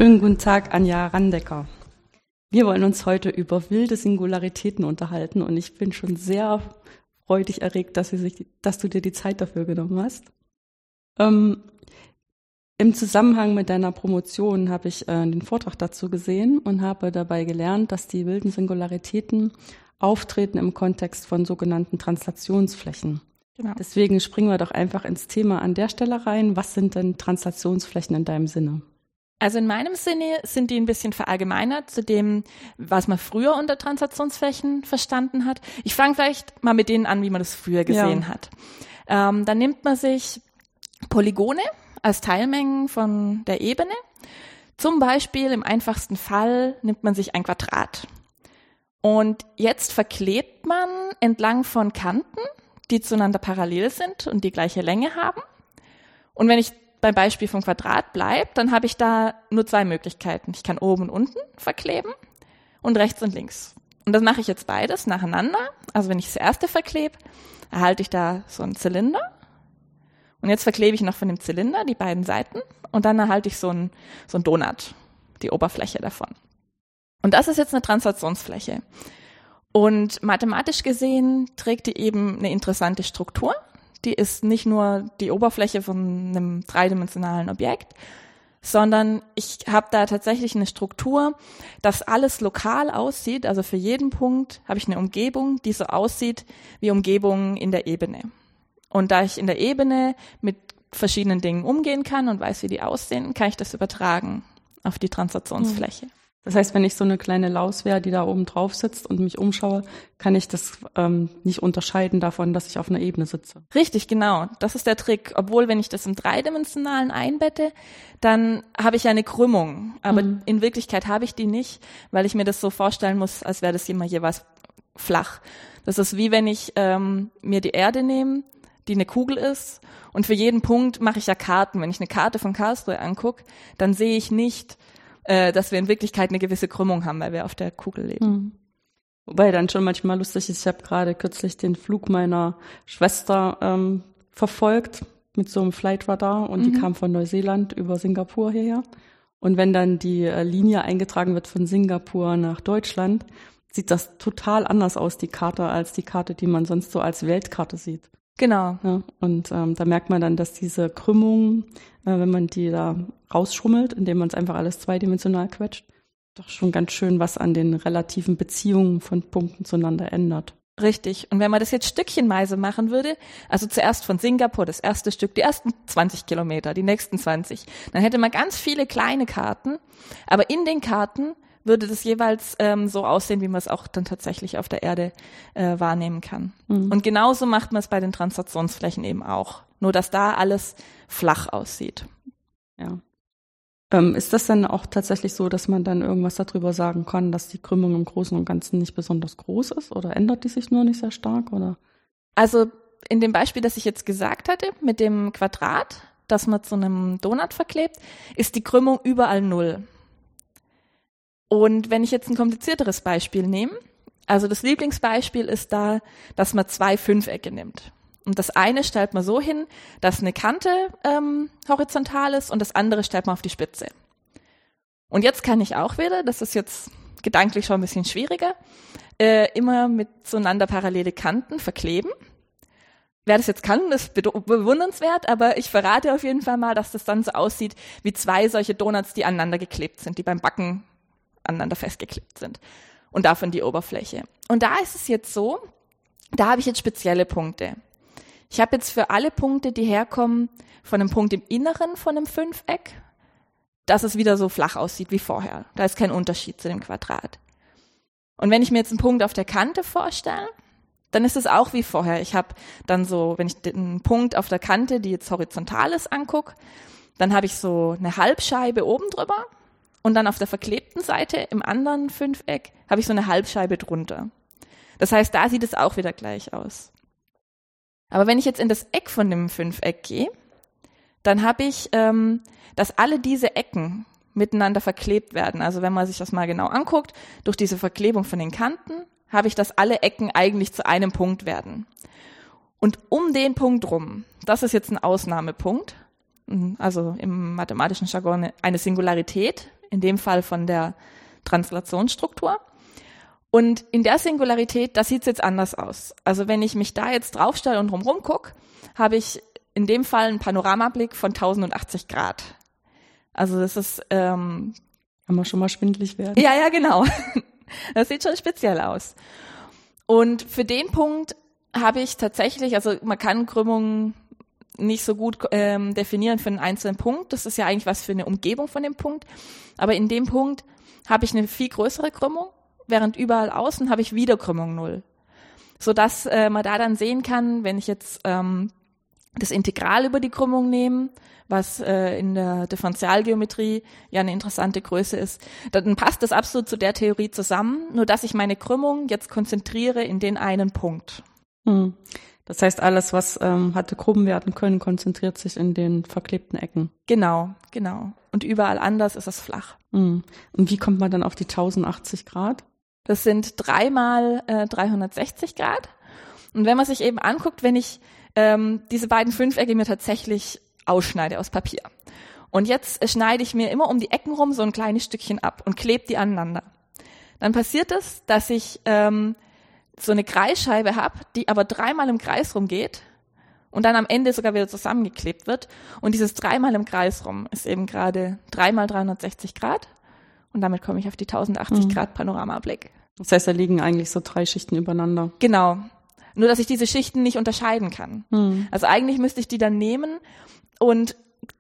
Schönen guten Tag, Anja Randecker. Wir wollen uns heute über wilde Singularitäten unterhalten und ich bin schon sehr freudig erregt, dass du dir die Zeit dafür genommen hast. Im Zusammenhang mit deiner Promotion habe ich den Vortrag dazu gesehen und habe dabei gelernt, dass die wilden Singularitäten auftreten im Kontext von sogenannten Translationsflächen. Genau. Deswegen springen wir doch einfach ins Thema an der Stelle rein. Was sind denn Translationsflächen in deinem Sinne? Also in meinem Sinne sind die ein bisschen verallgemeinert zu dem, was man früher unter Translationsflächen verstanden hat. Ich fange vielleicht mal mit denen an, wie man das früher gesehen hat. Dann nimmt man sich Polygone als Teilmengen von der Ebene. Zum Beispiel im einfachsten Fall nimmt man sich ein Quadrat. Und jetzt verklebt man entlang von Kanten, die zueinander parallel sind und die gleiche Länge haben. Und wenn ich beim Beispiel vom Quadrat bleibt, dann habe ich da nur zwei Möglichkeiten. Ich kann oben und unten verkleben und rechts und links. Und das mache ich jetzt beides nacheinander. Also wenn ich das erste verklebe, erhalte ich da so einen Zylinder. Und jetzt verklebe ich noch von dem Zylinder die beiden Seiten und dann erhalte ich so einen Donut, die Oberfläche davon. Und das ist jetzt eine Translationsfläche. Und mathematisch gesehen trägt die eben eine interessante Struktur. Die ist nicht nur die Oberfläche von einem dreidimensionalen Objekt, sondern ich habe da tatsächlich eine Struktur, dass alles lokal aussieht. Also für jeden Punkt habe ich eine Umgebung, die so aussieht wie Umgebungen in der Ebene. Und da ich in der Ebene mit verschiedenen Dingen umgehen kann und weiß, wie die aussehen, kann ich das übertragen auf die Translationsfläche. Das heißt, wenn ich so eine kleine Laus wäre, die da oben drauf sitzt und mich umschaue, kann ich das nicht unterscheiden davon, dass ich auf einer Ebene sitze. Richtig, genau. Das ist der Trick. Obwohl, wenn ich das im Dreidimensionalen einbette, dann habe ich ja eine Krümmung. Aber in Wirklichkeit habe ich die nicht, weil ich mir das so vorstellen muss, als wäre das immer jeweils flach. Das ist wie wenn ich mir die Erde nehme, die eine Kugel ist, und für jeden Punkt mache ich ja Karten. Wenn ich eine Karte von Karlsruhe angucke, dann sehe ich nicht, dass wir in Wirklichkeit eine gewisse Krümmung haben, weil wir auf der Kugel leben. Wobei dann schon manchmal lustig ist, ich habe gerade kürzlich den Flug meiner Schwester verfolgt mit so einem Flightradar und die kam von Neuseeland über Singapur hierher. Und wenn dann die Linie eingetragen wird von Singapur nach Deutschland, sieht das total anders aus, die Karte, als die Karte, die man sonst so als Weltkarte sieht. Genau. Ja, und da merkt man dann, dass diese Krümmung, wenn man die da rausschummelt, indem man es einfach alles zweidimensional quetscht, doch schon ganz schön was an den relativen Beziehungen von Punkten zueinander ändert. Richtig. Und wenn man das jetzt stückchenweise machen würde, also zuerst von Singapur das erste Stück, die ersten 20 Kilometer, die nächsten 20, dann hätte man ganz viele kleine Karten, aber in den Karten würde das jeweils so aussehen, wie man es auch dann tatsächlich auf der Erde wahrnehmen kann. Und genauso macht man es bei den Translationsflächen eben auch. Nur, dass da alles flach aussieht. Ja. Ist das dann auch tatsächlich so, dass man dann irgendwas darüber sagen kann, dass die Krümmung im Großen und Ganzen nicht besonders groß ist? Oder ändert die sich nur nicht sehr stark? Oder? Also in dem Beispiel, das ich jetzt gesagt hatte, mit dem Quadrat, das man zu einem Donut verklebt, ist die Krümmung überall 0. Und wenn ich jetzt ein komplizierteres Beispiel nehme, also das Lieblingsbeispiel ist da, dass man 2 Fünfecke nimmt. Und das eine stellt man so hin, dass eine Kante horizontal ist und das andere stellt man auf die Spitze. Und jetzt kann ich auch wieder, das ist jetzt gedanklich schon ein bisschen schwieriger, immer mit zueinander parallele Kanten verkleben. Wer das jetzt kann, ist bewundernswert, aber ich verrate auf jeden Fall mal, dass das dann so aussieht wie 2 solche Donuts, die aneinander geklebt sind, die beim Backen aneinander festgeklebt sind. Und davon die Oberfläche. Und da ist es jetzt so, da habe ich jetzt spezielle Punkte. Ich habe jetzt für alle Punkte, die herkommen von einem Punkt im Inneren von einem Fünfeck, dass es wieder so flach aussieht wie vorher. Da ist kein Unterschied zu dem Quadrat. Und wenn ich mir jetzt einen Punkt auf der Kante vorstelle, dann ist es auch wie vorher. Ich habe dann so, wenn ich den Punkt auf der Kante, die jetzt horizontal ist, angucke, dann habe ich so eine Halbscheibe oben drüber. Und dann auf der verklebten Seite im anderen Fünfeck habe ich so eine Halbscheibe drunter. Das heißt, da sieht es auch wieder gleich aus. Aber wenn ich jetzt in das Eck von dem Fünfeck gehe, dann habe ich, dass alle diese Ecken miteinander verklebt werden. Also wenn man sich das mal genau anguckt, durch diese Verklebung von den Kanten, habe ich, dass alle Ecken eigentlich zu einem Punkt werden. Und um den Punkt rum, das ist jetzt ein Ausnahmepunkt, also im mathematischen Jargon eine Singularität, in dem Fall von der Translationsstruktur. Und in der Singularität, da sieht es jetzt anders aus. Also wenn ich mich da jetzt draufstelle und drumherum gucke, habe ich in dem Fall einen Panoramablick von 1080 Grad. Also das ist kann man schon mal schwindelig werden. Ja, genau. Das sieht schon speziell aus. Und für den Punkt habe ich tatsächlich, also man kann Krümmungen nicht so gut definieren für einen einzelnen Punkt. Das ist ja eigentlich was für eine Umgebung von dem Punkt. Aber in dem Punkt habe ich eine viel größere Krümmung, während überall außen habe ich wieder Krümmung 0. Sodass man da dann sehen kann, wenn ich jetzt das Integral über die Krümmung nehme, was in der Differentialgeometrie ja eine interessante Größe ist, dann passt das absolut zu der Theorie zusammen, nur dass ich meine Krümmung jetzt konzentriere in den einen Punkt. Das heißt, alles, was hatte krumm werden können, konzentriert sich in den verklebten Ecken. Genau. Und überall anders ist es flach. Und wie kommt man dann auf die 1080 Grad? Das sind 3 mal 360 Grad. Und wenn man sich eben anguckt, wenn ich diese beiden Fünfecke mir tatsächlich ausschneide aus Papier. Und jetzt schneide ich mir immer um die Ecken rum so ein kleines Stückchen ab und klebe die aneinander. Dann passiert es, dass ich so eine Kreisscheibe habe, die aber 3 mal im Kreis rumgeht und dann am Ende sogar wieder zusammengeklebt wird. Und dieses 3 mal im Kreis rum ist eben gerade 3 mal 360 Grad. Und damit komme ich auf die 1080 Grad Panoramablick. Das heißt, da liegen eigentlich so 3 Schichten übereinander. Genau. Nur, dass ich diese Schichten nicht unterscheiden kann. Also eigentlich müsste ich die dann nehmen und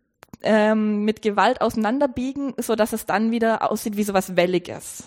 mit Gewalt auseinanderbiegen, so dass es dann wieder aussieht wie so was Welliges.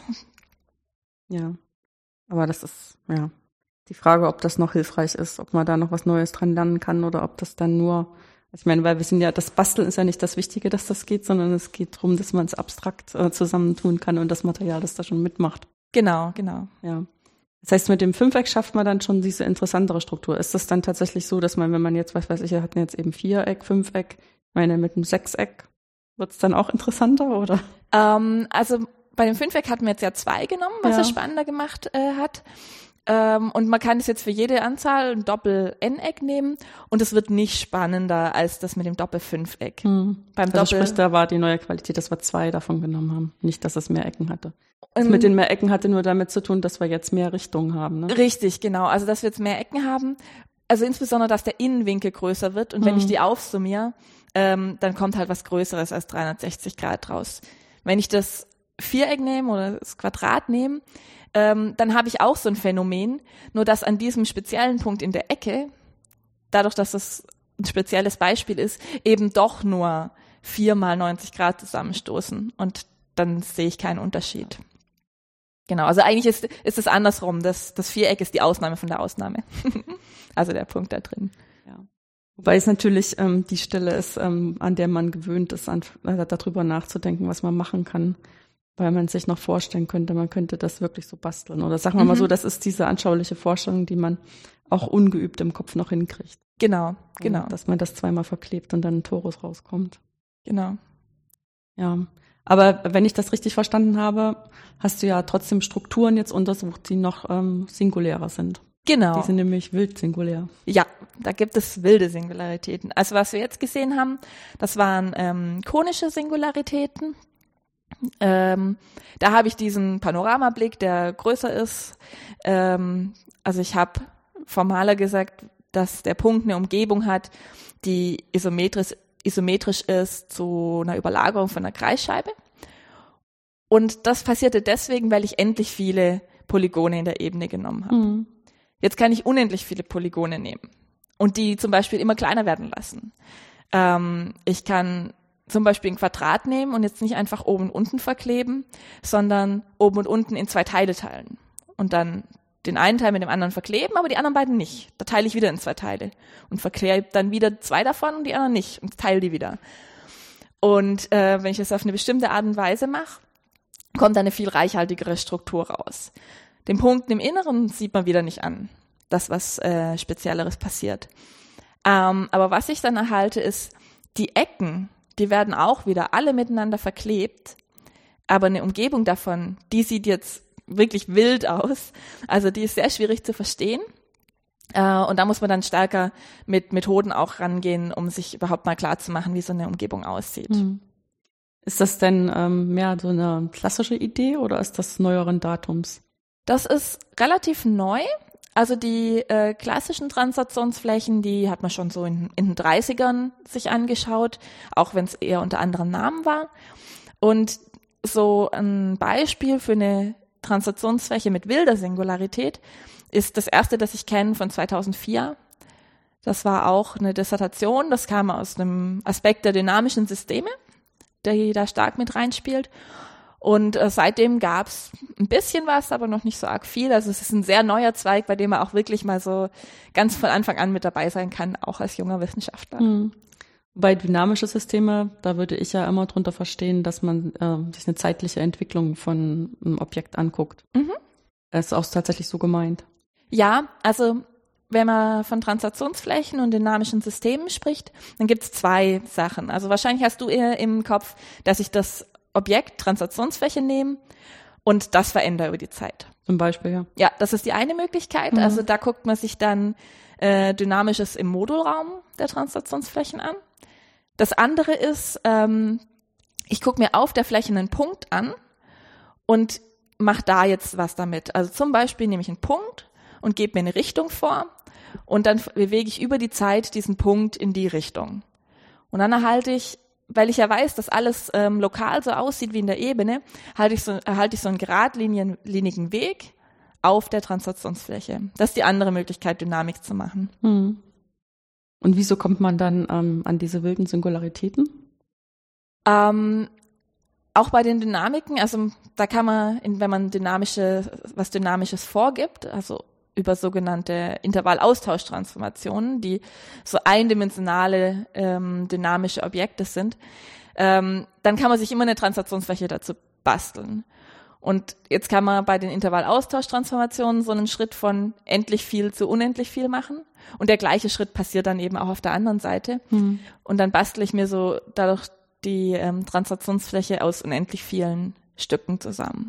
Ja, aber das ist, ja, die Frage, ob das noch hilfreich ist, ob man da noch was Neues dran lernen kann oder ob das dann nur, ich meine, weil wir sind ja, das Basteln ist ja nicht das Wichtige, dass das geht, sondern es geht darum, dass man es abstrakt zusammentun kann und das Material, das da schon mitmacht. Genau. Ja. Das heißt, mit dem Fünfeck schafft man dann schon diese interessantere Struktur. Ist das dann tatsächlich so, dass man, wenn man jetzt, was weiß ich, wir hatten jetzt eben Viereck, Fünfeck, ich meine, mit einem Sechseck wird es dann auch interessanter, oder? Also bei dem Fünfeck hatten wir jetzt ja 2 genommen, was es spannender gemacht hat. Und man kann es jetzt für jede Anzahl ein Doppel-N-Eck nehmen und es wird nicht spannender als das mit dem Doppel-Fünfeck. Beim sprich, da war die neue Qualität, dass wir 2 davon genommen haben, nicht, dass es mehr Ecken hatte. Das mit den mehr Ecken hatte nur damit zu tun, dass wir jetzt mehr Richtungen haben, ne? Richtig, genau. Also dass wir jetzt mehr Ecken haben. Also insbesondere, dass der Innenwinkel größer wird und wenn ich die aufsummiere, dann kommt halt was Größeres als 360 Grad raus. Wenn ich das Viereck nehme oder das Quadrat nehme, dann habe ich auch so ein Phänomen, nur dass an diesem speziellen Punkt in der Ecke, dadurch, dass das ein spezielles Beispiel ist, eben doch nur 4 mal 90 Grad zusammenstoßen und dann sehe ich keinen Unterschied. Genau, also eigentlich ist es andersrum. Das Viereck ist die Ausnahme von der Ausnahme. Also der Punkt da drin. Ja. Wobei es natürlich die Stelle ist, an der man gewöhnt ist, darüber nachzudenken, was man machen kann. Weil man sich noch vorstellen könnte, man könnte das wirklich so basteln. Oder sagen wir mal so, das ist diese anschauliche Vorstellung, die man auch ungeübt im Kopf noch hinkriegt. Genau. Dass man das 2-mal verklebt und dann ein Torus rauskommt. Genau. Ja. Aber wenn ich das richtig verstanden habe, hast du ja trotzdem Strukturen jetzt untersucht, die noch singulärer sind. Genau. Die sind nämlich wild singulär. Ja, da gibt es wilde Singularitäten. Also was wir jetzt gesehen haben, das waren konische Singularitäten. Da habe ich diesen Panoramablick, der größer ist. Also ich habe formaler gesagt, dass der Punkt eine Umgebung hat, die isometrisch ist zu einer Überlagerung von einer Kreisscheibe. Und das passierte deswegen, weil ich endlich viele Polygone in der Ebene genommen habe. Jetzt kann ich unendlich viele Polygone nehmen und die zum Beispiel immer kleiner werden lassen. Ich kann zum Beispiel ein Quadrat nehmen und jetzt nicht einfach oben und unten verkleben, sondern oben und unten in 2 Teile teilen. Und dann den einen Teil mit dem anderen verkleben, aber die anderen beiden nicht. Da teile ich wieder in 2 Teile und verklebe dann wieder 2 davon und die anderen nicht und teile die wieder. Und wenn ich das auf eine bestimmte Art und Weise mache, kommt eine viel reichhaltigere Struktur raus. Den Punkt im Inneren sieht man wieder nicht an, das was Spezielleres passiert. Aber was ich dann erhalte, ist die Ecken, die werden auch wieder alle miteinander verklebt, aber eine Umgebung davon, die sieht jetzt wirklich wild aus. Also die ist sehr schwierig zu verstehen. Und da muss man dann stärker mit Methoden auch rangehen, um sich überhaupt mal klarzumachen, wie so eine Umgebung aussieht. Ist das denn mehr so eine klassische Idee oder ist das neueren Datums? Das ist relativ neu. Also die klassischen Transaktionsflächen, die hat man schon so in den 30ern sich angeschaut, auch wenn es eher unter anderem Namen war. Und so ein Beispiel für eine Transaktionsfläche mit wilder Singularität ist das erste, das ich kenne, von 2004. Das war auch eine Dissertation, das kam aus einem Aspekt der dynamischen Systeme, der da stark mit reinspielt. Und seitdem gab es ein bisschen was, aber noch nicht so arg viel. Also es ist ein sehr neuer Zweig, bei dem man auch wirklich mal so ganz von Anfang an mit dabei sein kann, auch als junger Wissenschaftler. Bei dynamische Systeme, da würde ich ja immer drunter verstehen, dass man sich eine zeitliche Entwicklung von einem Objekt anguckt. Das ist auch tatsächlich so gemeint. Ja, also wenn man von Transaktionsflächen und dynamischen Systemen spricht, dann gibt es zwei Sachen. Also wahrscheinlich hast du eher im Kopf, dass ich das Objekt Transaktionsfläche nehme und das verändere über die Zeit. Zum Beispiel, ja. Ja, das ist die eine Möglichkeit. Also da guckt man sich dann Dynamisches im Modulraum der Transaktionsflächen an. Das andere ist, ich gucke mir auf der Fläche einen Punkt an und mache da jetzt was damit. Also zum Beispiel nehme ich einen Punkt und gebe mir eine Richtung vor und dann bewege ich über die Zeit diesen Punkt in die Richtung. Und dann erhalte ich, weil ich ja weiß, dass alles lokal so aussieht wie in der Ebene, erhalte ich so einen geradlinigen Weg auf der Transaktionsfläche. Das ist die andere Möglichkeit, Dynamik zu machen. Und wieso kommt man dann an diese wilden Singularitäten? Auch bei den Dynamiken, also da kann man, wenn man was Dynamisches vorgibt, also über sogenannte Intervallaustauschtransformationen, die so eindimensionale dynamische Objekte sind, dann kann man sich immer eine Transaktionsfläche dazu basteln. Und jetzt kann man bei den Intervallaustauschtransformationen so einen Schritt von endlich viel zu unendlich viel machen. Und der gleiche Schritt passiert dann eben auch auf der anderen Seite. Und dann bastle ich mir so dadurch die Transaktionsfläche aus unendlich vielen Stücken zusammen.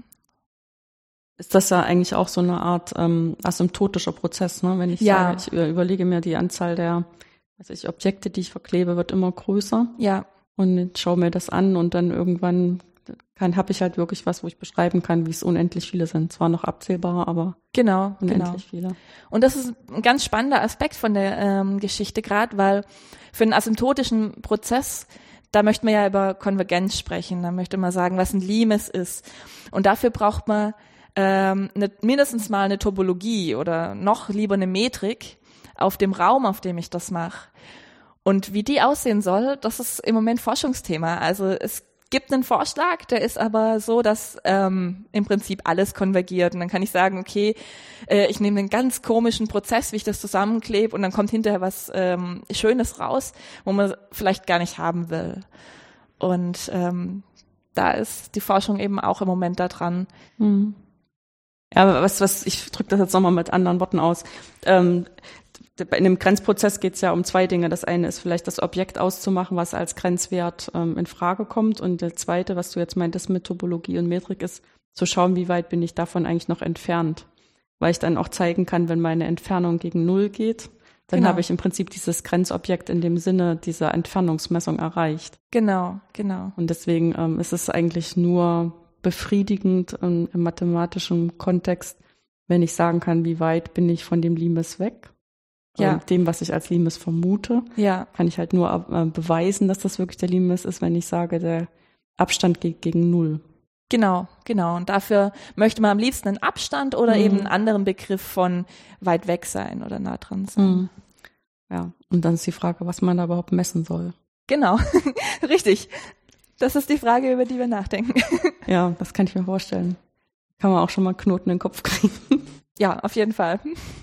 Ist das ja eigentlich auch so eine Art asymptotischer Prozess, ne? Wenn ich sage, ich überlege mir die Anzahl der Objekte, die ich verklebe, wird immer größer. Ja. Und ich schaue mir das an und dann irgendwann habe ich halt wirklich was, wo ich beschreiben kann, wie es unendlich viele sind. Zwar noch absehbar, aber unendlich viele. Und das ist ein ganz spannender Aspekt von der Geschichte gerade, weil für einen asymptotischen Prozess, da möchte man ja über Konvergenz sprechen, da möchte man sagen, was ein Limes ist. Und dafür braucht man mindestens mal eine Topologie oder noch lieber eine Metrik auf dem Raum, auf dem ich das mache. Und wie die aussehen soll, das ist im Moment Forschungsthema. Also es gibt einen Vorschlag, der ist aber so, dass im Prinzip alles konvergiert. Und dann kann ich sagen, okay, ich nehme einen ganz komischen Prozess, wie ich das zusammenklebe, und dann kommt hinterher was Schönes raus, wo man vielleicht gar nicht haben will. Und da ist die Forschung eben auch im Moment da dran. Ja, aber was ich drücke das jetzt nochmal mit anderen Worten aus. In dem Grenzprozess geht es ja um zwei Dinge. Das eine ist vielleicht das Objekt auszumachen, was als Grenzwert in Frage kommt. Und der zweite, was du jetzt meintest mit Topologie und Metrik, ist zu schauen, wie weit bin ich davon eigentlich noch entfernt. Weil ich dann auch zeigen kann, wenn meine Entfernung gegen 0 geht, dann habe ich im Prinzip dieses Grenzobjekt in dem Sinne dieser Entfernungsmessung erreicht. Genau. Und deswegen ist es eigentlich nur befriedigend im mathematischen Kontext, wenn ich sagen kann, wie weit bin ich von dem Limes weg. Dem, was ich als Limes vermute, kann ich halt nur beweisen, dass das wirklich der Limes ist, wenn ich sage, der Abstand geht gegen 0. Genau. Und dafür möchte man am liebsten einen Abstand oder eben einen anderen Begriff von weit weg sein oder nah dran sein. Ja, und dann ist die Frage, was man da überhaupt messen soll. Genau, richtig. Das ist die Frage, über die wir nachdenken. Ja, das kann ich mir vorstellen. Kann man auch schon mal Knoten in den Kopf kriegen. Ja, auf jeden Fall.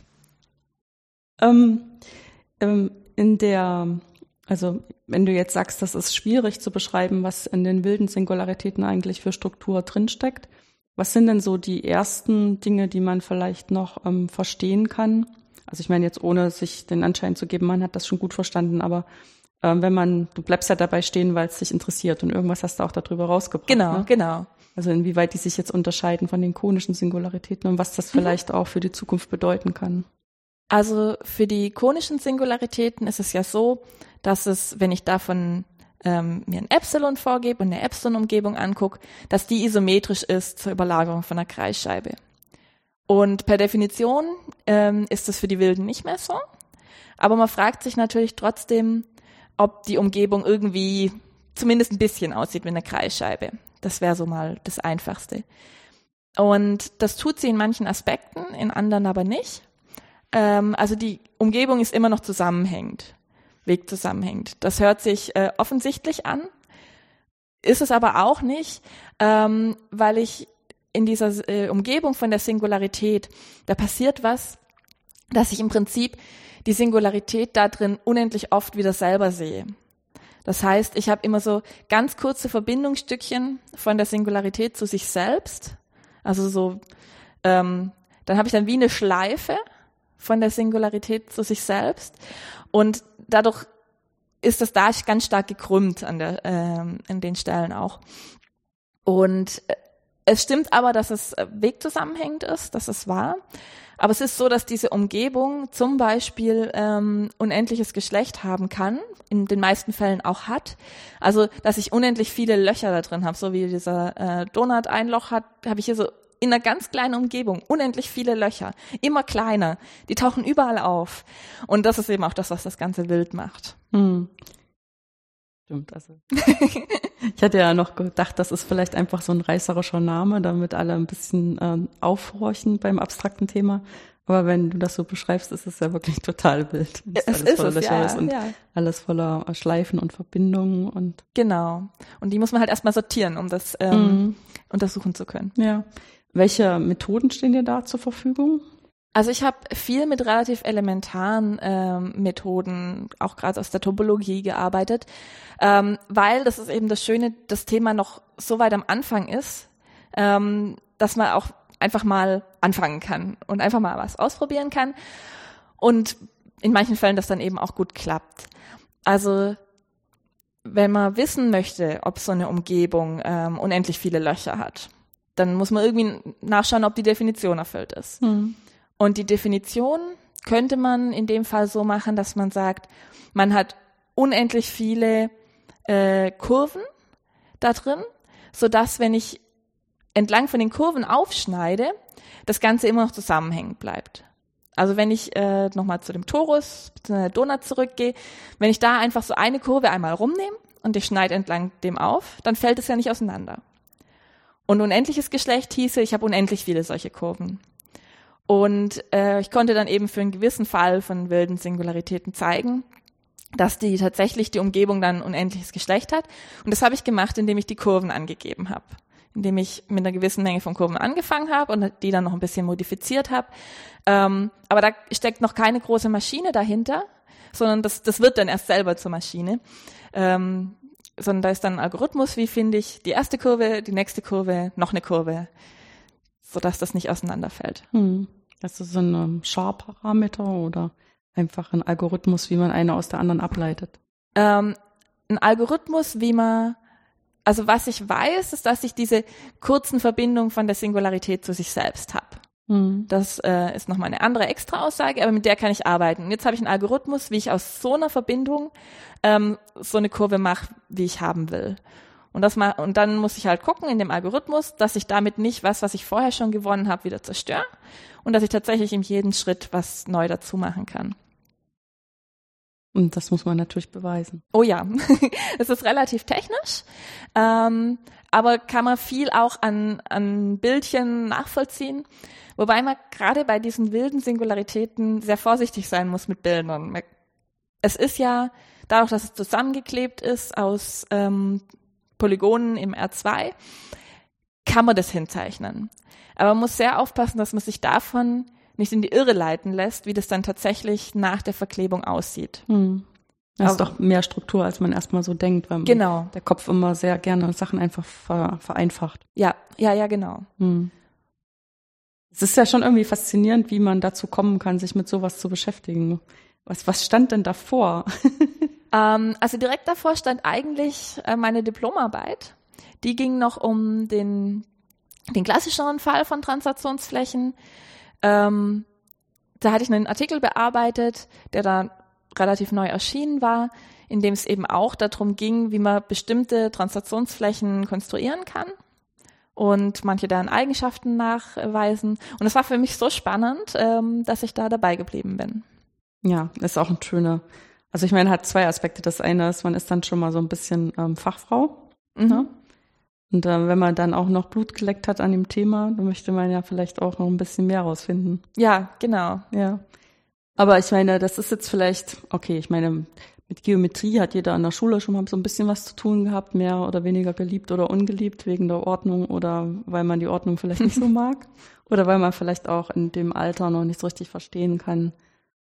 Also wenn du jetzt sagst, das ist schwierig zu beschreiben, was in den wilden Singularitäten eigentlich für Struktur drinsteckt, was sind denn so die ersten Dinge, die man vielleicht noch verstehen kann? Also ich meine jetzt, ohne sich den Anschein zu geben, man hat das schon gut verstanden, aber du bleibst ja dabei stehen, weil es dich interessiert und irgendwas hast du auch darüber rausgebracht. Genau. Also inwieweit die sich jetzt unterscheiden von den konischen Singularitäten und was das vielleicht auch für die Zukunft bedeuten kann. Also für die konischen Singularitäten ist es ja so, dass es, wenn ich davon mir ein Epsilon vorgebe und eine Epsilon-Umgebung angucke, dass die isometrisch ist zur Überlagerung von einer Kreisscheibe. Und per Definition ist das für die Wilden nicht mehr so. Aber man fragt sich natürlich trotzdem, ob die Umgebung irgendwie zumindest ein bisschen aussieht wie eine Kreisscheibe. Das wäre so mal das Einfachste. Und das tut sie in manchen Aspekten, in anderen aber nicht. Also die Umgebung ist immer noch zusammenhängend, wegzusammenhängend. Das hört sich offensichtlich an, ist es aber auch nicht, weil ich in dieser Umgebung von der Singularität, da passiert was, dass ich im Prinzip die Singularität da drin unendlich oft wieder selber sehe. Das heißt, ich habe immer so ganz kurze Verbindungsstückchen von der Singularität zu sich selbst. Also so, dann habe ich dann wie eine Schleife von der Singularität zu sich selbst. Und dadurch ist das da ganz stark gekrümmt an den Stellen auch. Und es stimmt aber, dass es wegzusammenhängend ist, das ist wahr. Aber es ist so, dass diese Umgebung zum Beispiel unendliches Geschlecht haben kann, in den meisten Fällen auch hat. Also, dass ich unendlich viele Löcher da drin habe, so wie dieser Donut ein Loch hat, habe ich hier so in einer ganz kleinen Umgebung unendlich viele Löcher, immer kleiner. Die tauchen überall auf. Und das ist eben auch das, was das Ganze wild macht. Stimmt, also. Ich hatte ja noch gedacht, das ist vielleicht einfach so ein reißerischer Name, damit alle ein bisschen aufhorchen beim abstrakten Thema. Aber wenn du das so beschreibst, ist es ja wirklich total wild. Es ist es, ja. Und alles voller Schleifen und Verbindungen und. Genau. Und die muss man halt erstmal sortieren, um das untersuchen zu können. Ja. Welche Methoden stehen dir da zur Verfügung? Also ich habe viel mit relativ elementaren Methoden, auch gerade aus der Topologie gearbeitet, weil, das ist eben das Schöne, das Thema noch so weit am Anfang ist, dass man auch einfach mal anfangen kann und einfach mal was ausprobieren kann und in manchen Fällen das dann eben auch gut klappt. Also wenn man wissen möchte, ob so eine Umgebung unendlich viele Löcher hat, dann muss man irgendwie nachschauen, ob die Definition erfüllt ist. Und die Definition könnte man in dem Fall so machen, dass man sagt, man hat unendlich viele Kurven da drin, sodass, wenn ich entlang von den Kurven aufschneide, das Ganze immer noch zusammenhängend bleibt. Also wenn ich nochmal zu dem Torus, zu der Donut zurückgehe, wenn ich da einfach so eine Kurve einmal rumnehme und ich schneide entlang dem auf, dann fällt es ja nicht auseinander. Und unendliches Geschlecht hieße, ich habe unendlich viele solche Kurven. Und ich konnte dann eben für einen gewissen Fall von wilden Singularitäten zeigen, dass die tatsächlich die Umgebung dann unendliches Geschlecht hat. Und das habe ich gemacht, indem ich die Kurven angegeben habe. Indem ich mit einer gewissen Menge von Kurven angefangen habe und die dann noch ein bisschen modifiziert habe. Aber da steckt noch keine große Maschine dahinter, sondern das wird dann erst selber zur Maschine. Sondern da ist dann ein Algorithmus, wie finde ich die erste Kurve, die nächste Kurve, noch eine Kurve, sodass das nicht auseinanderfällt. Das ist so ein Char-Parameter oder einfach ein Algorithmus, wie man eine aus der anderen ableitet? Ein Algorithmus, also was ich weiß, ist, dass ich diese kurzen Verbindungen von der Singularität zu sich selbst habe. Das ist nochmal eine andere Extra-Aussage, aber mit der kann ich arbeiten. Und jetzt habe ich einen Algorithmus, wie ich aus so einer Verbindung so eine Kurve mache, wie ich haben will. Und dann muss ich halt gucken in dem Algorithmus, dass ich damit nicht was ich vorher schon gewonnen habe, wieder zerstöre und dass ich tatsächlich in jedem Schritt was neu dazu machen kann. Und das muss man natürlich beweisen. Oh ja, es ist relativ technisch, aber kann man viel auch an Bildchen nachvollziehen, wobei man gerade bei diesen wilden Singularitäten sehr vorsichtig sein muss mit Bildern. Es ist ja, dadurch, dass es zusammengeklebt ist aus Polygonen im R2, kann man das hinzeichnen. Aber man muss sehr aufpassen, dass man sich davon nicht in die Irre leiten lässt, wie das dann tatsächlich nach der Verklebung aussieht. Das ist doch mehr Struktur, als man erstmal so denkt, weil der Kopf immer sehr gerne Sachen einfach vereinfacht. Ja, genau. Es ist ja schon irgendwie faszinierend, wie man dazu kommen kann, sich mit sowas zu beschäftigen. Was stand denn davor? Also direkt davor stand eigentlich meine Diplomarbeit. Die ging noch um den klassischeren Fall von Translationsflächen. Da hatte ich einen Artikel bearbeitet, der da relativ neu erschienen war, in dem es eben auch darum ging, wie man bestimmte Translationsflächen konstruieren kann und manche deren Eigenschaften nachweisen. Und es war für mich so spannend, dass ich da dabei geblieben bin. Ja, ist auch ein schöner, also ich meine, hat zwei Aspekte. Das eine ist, man ist dann schon mal so ein bisschen Fachfrau. Ne? Und wenn man dann auch noch Blut geleckt hat an dem Thema, dann möchte man ja vielleicht auch noch ein bisschen mehr rausfinden. Ja, genau. Ja. Aber ich meine, das ist jetzt vielleicht, okay, ich meine, mit Geometrie hat jeder an der Schule schon mal so ein bisschen was zu tun gehabt, mehr oder weniger geliebt oder ungeliebt wegen der Ordnung oder weil man die Ordnung vielleicht nicht so mag oder weil man vielleicht auch in dem Alter noch nicht so richtig verstehen kann,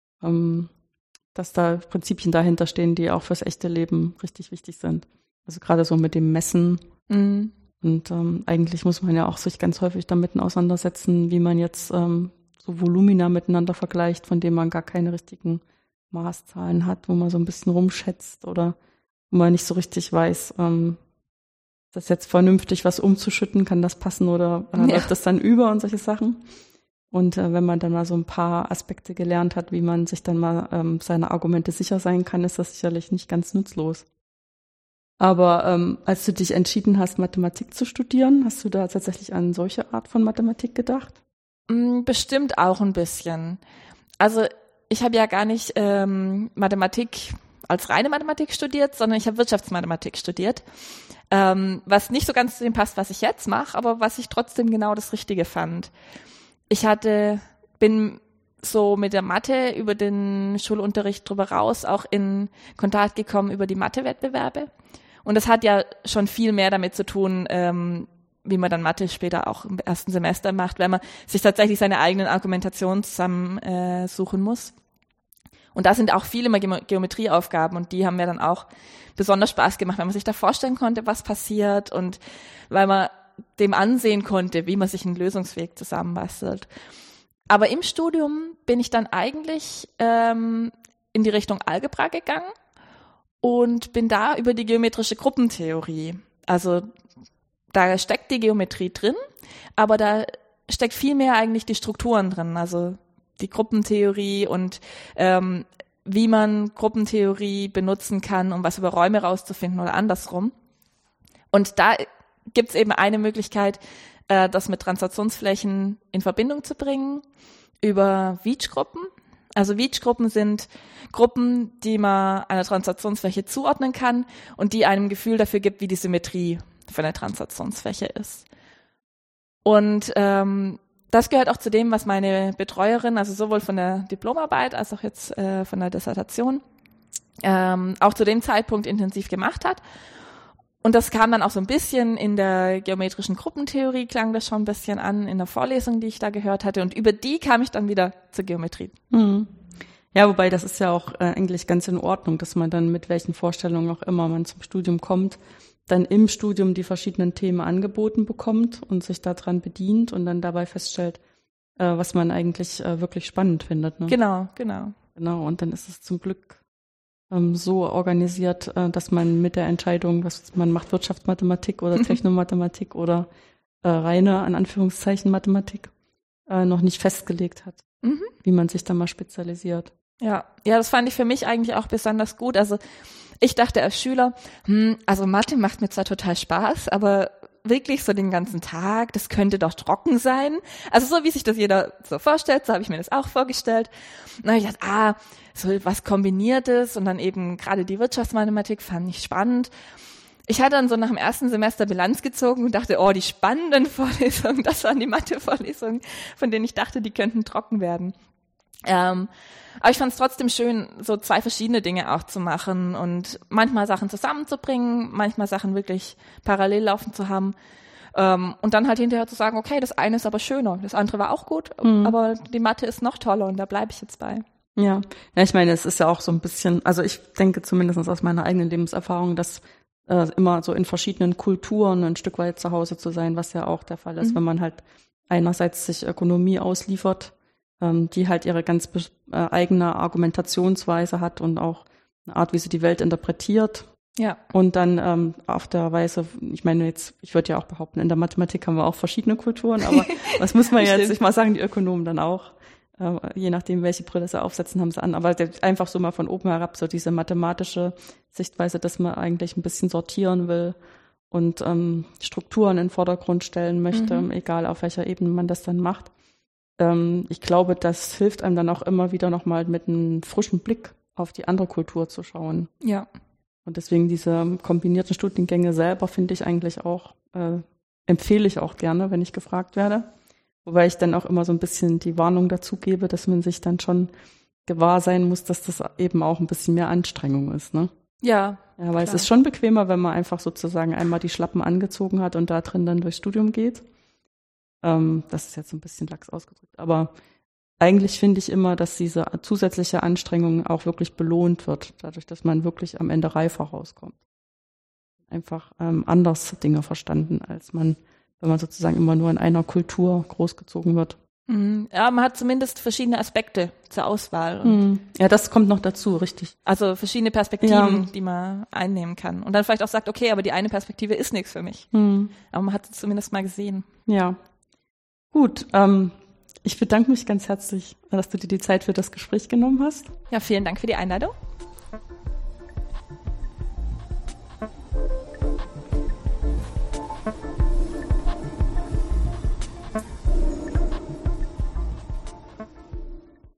dass da Prinzipien dahinter stehen, die auch fürs echte Leben richtig wichtig sind. Also gerade so mit dem Messen. Mhm. Und eigentlich muss man ja auch sich ganz häufig damit auseinandersetzen, wie man jetzt so Volumina miteinander vergleicht, von denen man gar keine richtigen Maßzahlen hat, wo man so ein bisschen rumschätzt oder wo man nicht so richtig weiß, ist das jetzt vernünftig, was umzuschütten, kann das passen oder läuft das dann über und solche Sachen. Und wenn man dann mal so ein paar Aspekte gelernt hat, wie man sich dann mal seine Argumente sicher sein kann, ist das sicherlich nicht ganz nutzlos. Aber als du dich entschieden hast, Mathematik zu studieren, hast du da tatsächlich an solche Art von Mathematik gedacht? Bestimmt auch ein bisschen. Also ich habe ja gar nicht Mathematik als reine Mathematik studiert, sondern ich habe Wirtschaftsmathematik studiert, was nicht so ganz zu dem passt, was ich jetzt mache, aber was ich trotzdem genau das Richtige fand. Ich bin so mit der Mathe über den Schulunterricht drüber raus auch in Kontakt gekommen über die Mathe-Wettbewerbe. Und das hat ja schon viel mehr damit zu tun, wie man dann Mathe später auch im ersten Semester macht, wenn man sich tatsächlich seine eigenen Argumentationen zusammensuchen muss. Und da sind auch viele Geometrieaufgaben und die haben mir dann auch besonders Spaß gemacht, weil man sich da vorstellen konnte, was passiert und weil man dem ansehen konnte, wie man sich einen Lösungsweg zusammenbastelt. Aber im Studium bin ich dann eigentlich in die Richtung Algebra gegangen und bin da über die geometrische Gruppentheorie. Also da steckt die Geometrie drin, aber da steckt viel mehr eigentlich die Strukturen drin, also die Gruppentheorie und wie man Gruppentheorie benutzen kann, um was über Räume rauszufinden oder andersrum. Und da gibt es eben eine Möglichkeit, das mit Translationsflächen in Verbindung zu bringen über Veach-Gruppen. Also Veach-Gruppen sind Gruppen, die man einer Translationsfläche zuordnen kann und die einem Gefühl dafür gibt, wie die Symmetrie für eine Translationsfläche ist. Und das gehört auch zu dem, was meine Betreuerin, also sowohl von der Diplomarbeit als auch jetzt von der Dissertation, auch zu dem Zeitpunkt intensiv gemacht hat. Und das kam dann auch so ein bisschen in der geometrischen Gruppentheorie, klang das schon ein bisschen an in der Vorlesung, die ich da gehört hatte. Und über die kam ich dann wieder zur Geometrie. Mhm. Ja, wobei das ist ja auch eigentlich ganz in Ordnung, dass man dann mit welchen Vorstellungen auch immer man zum Studium kommt, dann im Studium die verschiedenen Themen angeboten bekommt und sich daran bedient und dann dabei feststellt, was man eigentlich wirklich spannend findet. Ne? Genau. Genau, und dann ist es zum Glück so organisiert, dass man mit der Entscheidung, was man macht, Wirtschaftsmathematik oder Technomathematik oder reine, an Anführungszeichen, Mathematik, noch nicht festgelegt hat, wie man sich dann mal spezialisiert. Ja, das fand ich für mich eigentlich auch besonders gut. Also ich dachte als Schüler, also Mathe macht mir zwar total Spaß, aber wirklich so den ganzen Tag, das könnte doch trocken sein. Also so wie sich das jeder so vorstellt, so habe ich mir das auch vorgestellt. Und dann habe ich gedacht, so was Kombiniertes und dann eben gerade die Wirtschaftsmathematik fand ich spannend. Ich hatte dann so nach dem ersten Semester Bilanz gezogen und dachte, die spannenden Vorlesungen, das waren die Mathe-Vorlesungen, von denen ich dachte, die könnten trocken werden. Aber ich fand es trotzdem schön, so zwei verschiedene Dinge auch zu machen und manchmal Sachen zusammenzubringen, manchmal Sachen wirklich parallel laufen zu haben und dann halt hinterher zu sagen, okay, das eine ist aber schöner, das andere war auch gut, aber die Mathe ist noch toller und da bleibe ich jetzt bei. Ja, ich meine, es ist ja auch so ein bisschen, also ich denke zumindest aus meiner eigenen Lebenserfahrung, dass immer so in verschiedenen Kulturen ein Stück weit zu Hause zu sein, was ja auch der Fall ist, wenn man halt einerseits sich Ökonomie ausliefert, die halt ihre ganz eigene Argumentationsweise hat und auch eine Art, wie sie die Welt interpretiert. Ja. Und dann auf der Weise, ich meine jetzt, ich würde ja auch behaupten, in der Mathematik haben wir auch verschiedene Kulturen, aber was muss man jetzt, ich mal sagen, die Ökonomen dann auch, Je nachdem, welche Brille sie aufsetzen, haben sie an. Aber einfach so mal von oben herab, so diese mathematische Sichtweise, dass man eigentlich ein bisschen sortieren will und Strukturen in den Vordergrund stellen möchte, egal auf welcher Ebene man das dann macht. Ich glaube, das hilft einem dann auch immer wieder nochmal mit einem frischen Blick auf die andere Kultur zu schauen. Ja. Und deswegen diese kombinierten Studiengänge selber finde ich eigentlich auch, empfehle ich auch gerne, wenn ich gefragt werde. Wobei ich dann auch immer so ein bisschen die Warnung dazu gebe, dass man sich dann schon gewahr sein muss, dass das eben auch ein bisschen mehr Anstrengung ist, ne? Ja. Ja, weil klar. es ist schon bequemer, wenn man einfach sozusagen einmal die Schlappen angezogen hat und da drin dann durchs Studium geht. Das ist jetzt ein bisschen lax ausgedrückt, aber eigentlich finde ich immer, dass diese zusätzliche Anstrengung auch wirklich belohnt wird, dadurch, dass man wirklich am Ende reifer rauskommt. Einfach anders Dinge verstanden, als man, wenn man sozusagen immer nur in einer Kultur großgezogen wird. Ja, man hat zumindest verschiedene Aspekte zur Auswahl. Und Ja, das kommt noch dazu, richtig. also verschiedene Perspektiven, die man einnehmen kann. Und dann vielleicht auch sagt, okay, aber die eine Perspektive ist nichts für mich. Aber man hat es zumindest mal gesehen. Ja. Gut, ich bedanke mich ganz herzlich, dass du dir die Zeit für das Gespräch genommen hast. Ja, vielen Dank für die Einladung.